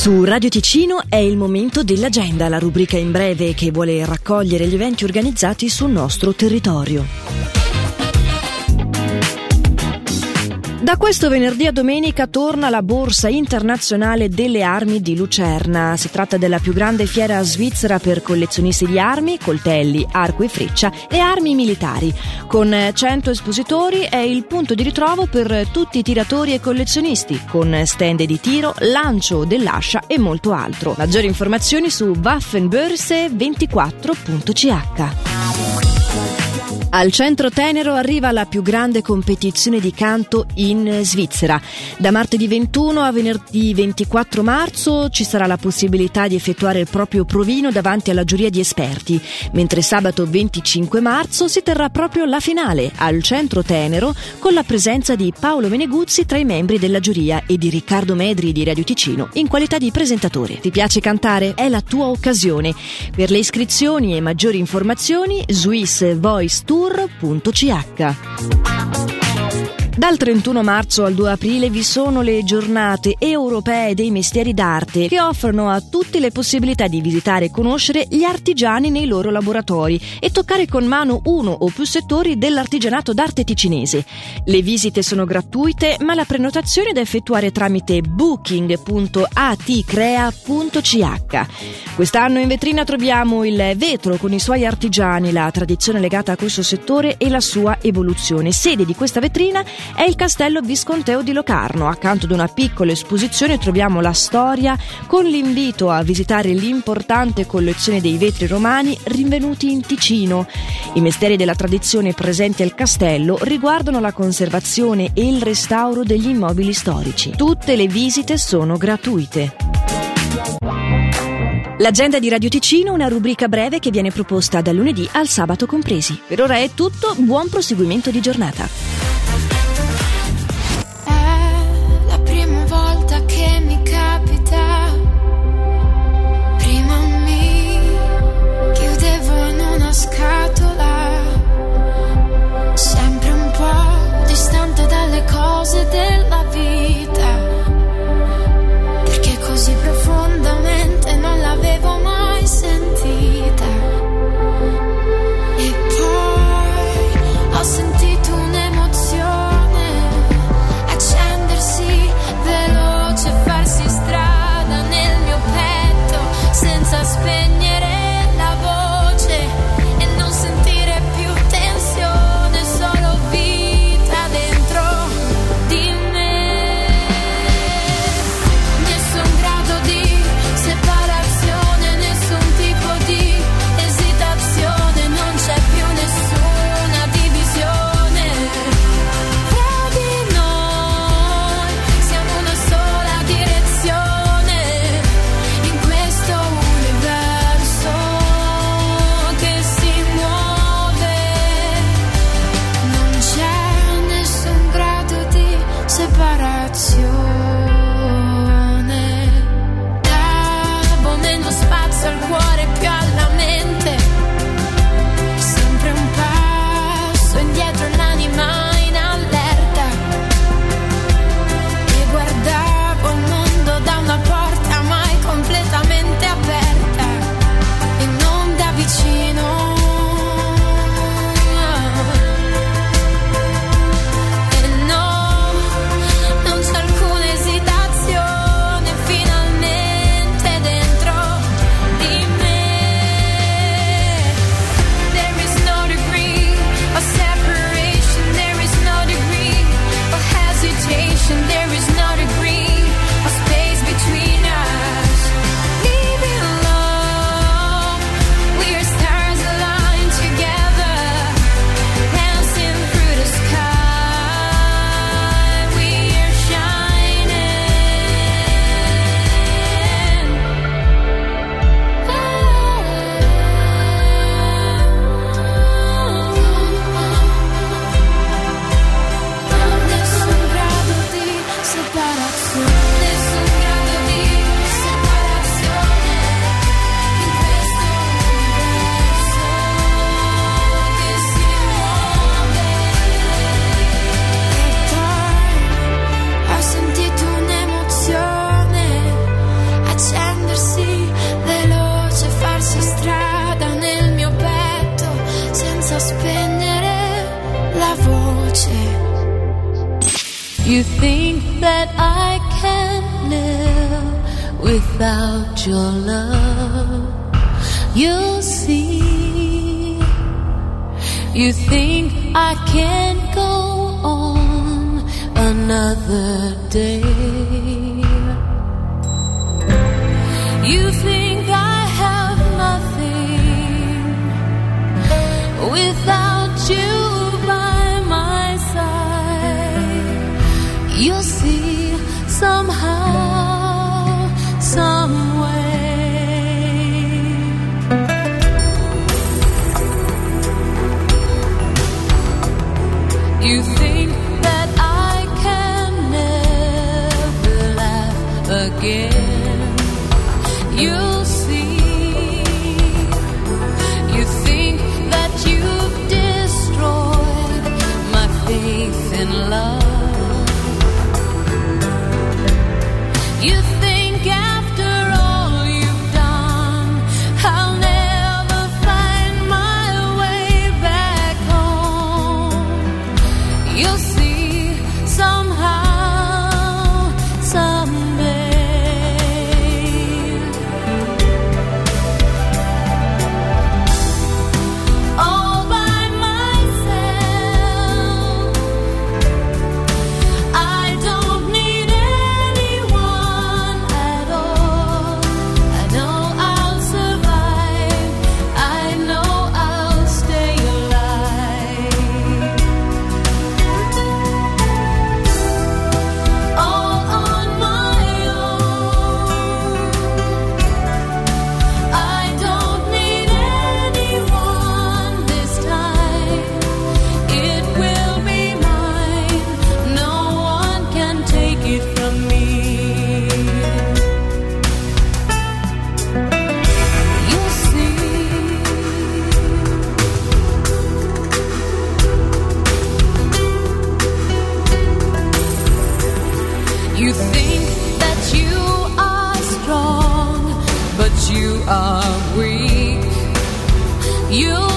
Su Radio Ticino è il momento dell'agenda, la rubrica in breve che vuole raccogliere gli eventi organizzati sul nostro territorio. Da questo venerdì a domenica torna la Borsa Internazionale delle Armi di Lucerna. Si tratta della più grande fiera svizzera per collezionisti di armi, coltelli, arco e freccia e armi militari. Con 100 espositori è il punto di ritrovo per tutti i tiratori e collezionisti, con stand di tiro, lancio dell'ascia e molto altro. Maggiori informazioni su waffenbörse24.ch. Al Centro Tenero arriva la più grande competizione di canto in Svizzera. Da martedì 21 a venerdì 24 marzo ci sarà la possibilità di effettuare il proprio provino davanti alla giuria di esperti, mentre sabato 25 marzo si terrà proprio la finale al Centro Tenero con la presenza di Paolo Meneguzzi tra i membri della giuria e di Riccardo Medri di Radio Ticino in qualità di presentatore. Ti piace cantare? È la tua occasione. Per le iscrizioni e maggiori informazioni swissvoicetour.ch. Dal 31 marzo al 2 aprile vi sono le giornate europee dei mestieri d'arte che offrono a tutti le possibilità di visitare e conoscere gli artigiani nei loro laboratori e toccare con mano uno o più settori dell'artigianato d'arte ticinese. Le visite sono gratuite, ma la prenotazione è da effettuare tramite booking.atcrea.ch. Quest'anno in vetrina troviamo il vetro con i suoi artigiani, la tradizione legata a questo settore e la sua evoluzione. Sede di questa vetrina è il Castello Visconteo di Locarno. Accanto ad una piccola esposizione troviamo la storia con l'invito a visitare l'importante collezione dei vetri romani rinvenuti in Ticino. I mestieri della tradizione presenti al castello riguardano la conservazione e il restauro degli immobili storici. Tutte le visite sono gratuite. L'agenda di Radio Ticino, una rubrica breve che viene proposta dal lunedì al sabato compresi. Per ora è tutto, buon proseguimento di giornata. Della vita, perché così profondamente non l'avevo mai sentita. E poi ho sentito un'emozione accendersi veloce, farsi strada nel mio petto senza spegnere la voce e non sentire più tensione, solo vita dentro di me. Nessun grado di separazione, nessun tipo di esitazione, non c'è più nessuna divisione. Tra di noi siamo una sola direzione in questo universo che si muove. Non c'è nessun grado di separazione. Davo meno spazio al cuore, più alla mente. Sempre un passo indietro, l'anima in allerta. E guardavo il mondo da una porta mai completamente aperta e non da vicino. E no, non c'è alcuna esitazione finalmente dentro di me. There is no degree of separation, there is no degree of hesitation, there is no degree of space between us. Leaving love, we are stars aligned together, dancing through the sky. We are shining. Nessun grado di You think that I can't live without your love. You'll see. You think I can't go on another day. You think I have nothing without you by my side. You'll see somehow, some way. You think that I can never laugh again. You'll see. You think that you've destroyed my faith in love. You think after all you've done, I'll never find my way back home. You'll see somehow, someday. All by myself, I don't need anyone at all. I know I'll survive, I know I'll stay alive. All on my own, I don't need anyone this time. It will be mine, no one can take it from me. You'll see. You think that you are strong, but you are weak. You